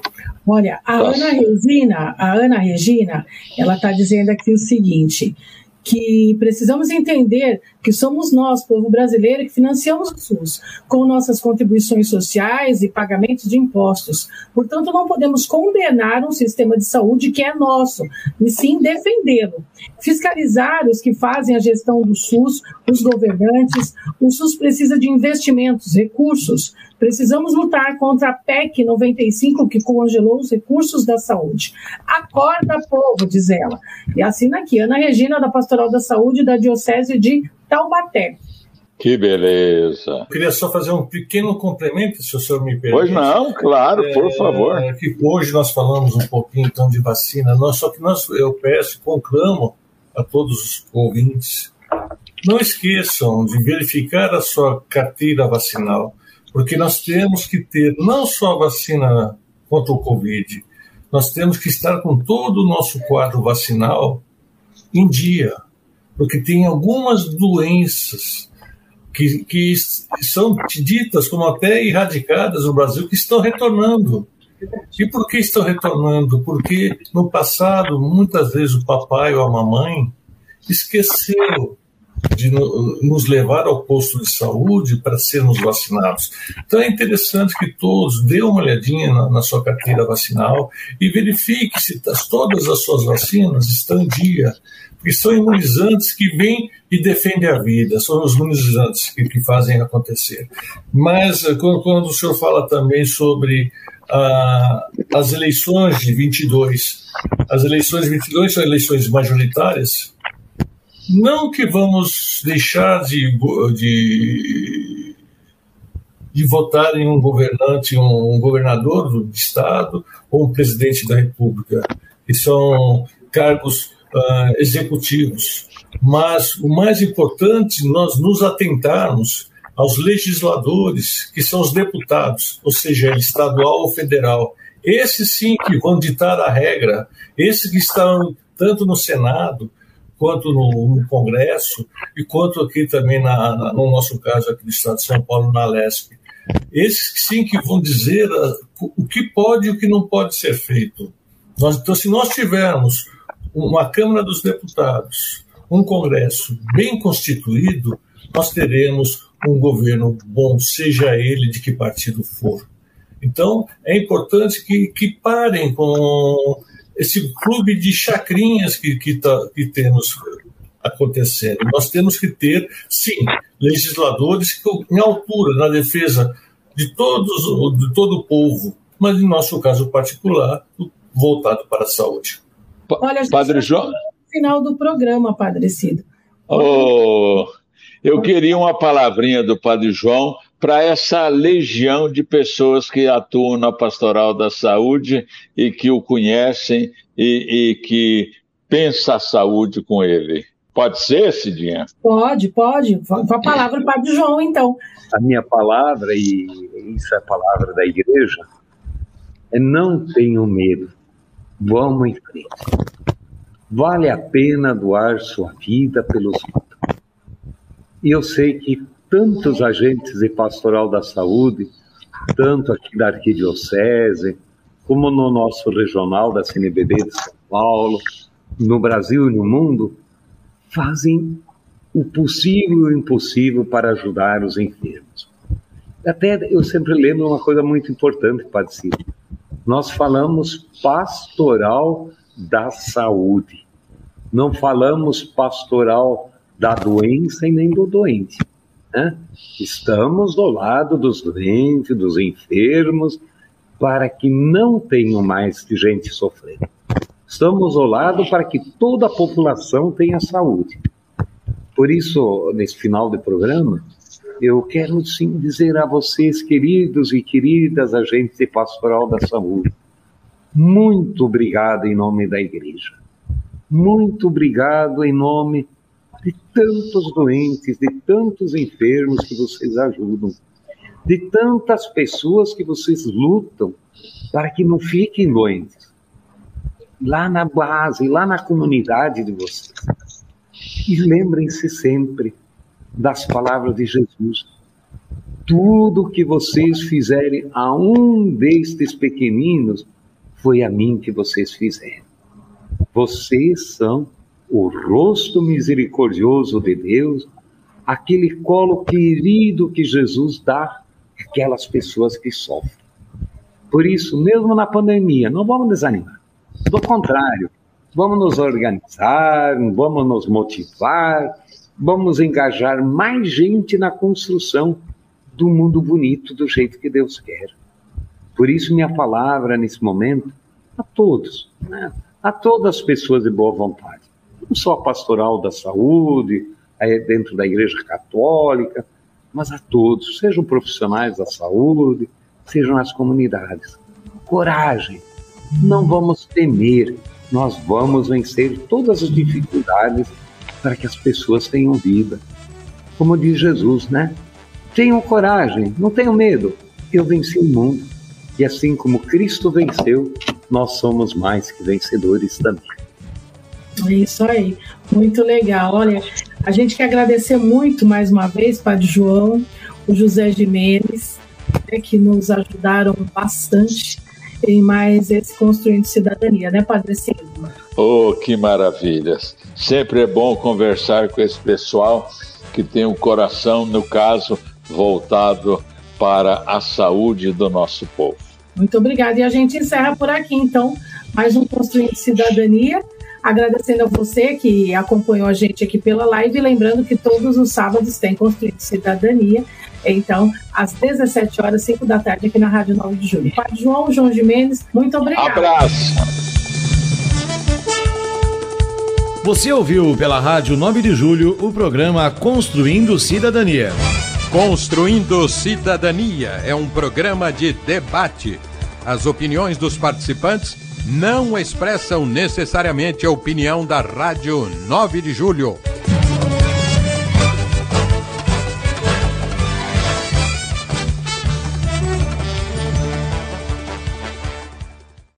C: Olha, a Ana Regina, ela está dizendo aqui o seguinte, que precisamos entender que somos nós, povo brasileiro, que financiamos o SUS com nossas contribuições sociais e pagamentos de impostos. Portanto, não podemos condenar um sistema de saúde que é nosso, e sim defendê-lo. Fiscalizar os que fazem a gestão do SUS, os governantes. O SUS precisa de investimentos, recursos. Precisamos lutar contra a PEC 95, que congelou os recursos da saúde. Acorda, povo, diz ela. E assina aqui, Ana Regina, da Pastoral da Saúde da Diocese de Taubaté.
D: Que beleza.
F: Eu queria só fazer um pequeno complemento, se o senhor me permite.
D: Pois não, claro, por favor.
F: Que hoje nós falamos um pouquinho então de vacina, eu peço, conclamo a todos os ouvintes, não esqueçam de verificar a sua carteira vacinal, porque nós temos que ter não só a vacina contra o Covid, nós temos que estar com todo o nosso quadro vacinal em dia, porque tem algumas doenças que são ditas como até erradicadas no Brasil, que estão retornando. E por que estão retornando? Porque no passado, muitas vezes o papai ou a mamãe esqueceu de nos levar ao posto de saúde para sermos vacinados. Então é interessante que todos dêem uma olhadinha na sua carteira vacinal e verifique se todas as suas vacinas estão em dia, porque são imunizantes que vêm e defendem a vida, são os imunizantes que fazem acontecer. Mas quando o senhor fala também sobre as eleições de 22, as eleições de 22 são eleições majoritárias. Não que vamos deixar de votar em um governante, um governador do estado ou um presidente da república, que são cargos executivos. Mas o mais importante, nós nos atentarmos aos legisladores, que são os deputados, ou seja, estadual ou federal. Esses sim que vão ditar a regra, esses que estão tanto no Senado, quanto no Congresso, e quanto aqui também, no nosso caso aqui do Estado de São Paulo, na Alesp. Esses sim que vão dizer o que pode e o que não pode ser feito. Então, se nós tivermos uma Câmara dos Deputados, um Congresso bem constituído, nós teremos um governo bom, seja ele de que partido for. Então, é importante que parem com esse clube de chacrinhas que temos acontecendo. Nós temos que ter, sim, legisladores em altura, na defesa de todo o povo, mas, em nosso caso particular, voltado para a saúde.
C: Olha, a gente
D: Padre João,
C: no final do programa, Padre Cido.
D: Eu queria uma palavrinha do Padre João para essa legião de pessoas que atuam na Pastoral da Saúde e que o conhecem e que pensa a saúde com ele. Pode ser, Cidinha?
C: Pode. Com a palavra, Padre João, então.
E: A minha palavra, e isso é a palavra da igreja, é: não tenham medo, vamos em frente. Vale a pena doar sua vida pelos outros. E eu sei que tantos agentes de Pastoral da Saúde, tanto aqui da Arquidiocese, como no nosso regional da CNBB de São Paulo, no Brasil e no mundo, fazem o possível e o impossível para ajudar os enfermos. Até eu sempre lembro uma coisa muito importante, Padre Cido. Nós falamos Pastoral da Saúde. Não falamos pastoral da doença e nem do doente. Né? Estamos do lado dos doentes, dos enfermos, para que não tenham mais gente sofrendo. Estamos ao lado para que toda a população tenha saúde. Por isso, nesse final do programa, eu quero sim dizer a vocês, queridos e queridas agentes de Pastoral da Saúde, muito obrigado em nome da Igreja. Muito obrigado em nome de tantos doentes, de tantos enfermos que vocês ajudam, de tantas pessoas que vocês lutam para que não fiquem doentes. Lá na base, lá na comunidade de vocês. E lembrem-se sempre das palavras de Jesus. Tudo que vocês fizerem a um destes pequeninos, foi a mim que vocês fizeram. Vocês são o rosto misericordioso de Deus, aquele colo querido que Jesus dá àquelas pessoas que sofrem. Por isso, mesmo na pandemia, não vamos desanimar. Do contrário, vamos nos organizar, vamos nos motivar, vamos engajar mais gente na construção do mundo bonito do jeito que Deus quer. Por isso, minha palavra nesse momento, a todos, né? A todas as pessoas de boa vontade, não só a pastoral da saúde, dentro da Igreja Católica, mas a todos, sejam profissionais da saúde, sejam nas comunidades. Coragem, não vamos temer, nós vamos vencer todas as dificuldades para que as pessoas tenham vida. Como diz Jesus, né? Tenham coragem, não tenham medo, eu venci o mundo. E assim como Cristo venceu, nós somos mais que vencedores também.
C: É isso aí, muito legal. Olha, a gente quer agradecer muito mais uma vez, Padre João, o José Jimenez, que nos ajudaram bastante em mais esse Construindo Cidadania, né, Padre Silva?
D: Oh, que maravilha! Sempre é bom conversar com esse pessoal que tem o coração, no caso, voltado para a saúde do nosso povo.
C: Muito obrigada. E a gente encerra por aqui, então, mais um Construindo Cidadania. Agradecendo a você que acompanhou a gente aqui pela live, lembrando que todos os sábados tem Construindo Cidadania, então, às 17 horas, 5 da tarde, aqui na Rádio 9 de Julho. Padre João Jimenez, muito obrigado.
D: Abraço.
A: Você ouviu pela Rádio 9 de Julho o programa Construindo Cidadania.
B: Construindo Cidadania é um programa de debate. As opiniões dos participantes não expressam necessariamente a opinião da Rádio 9 de Julho.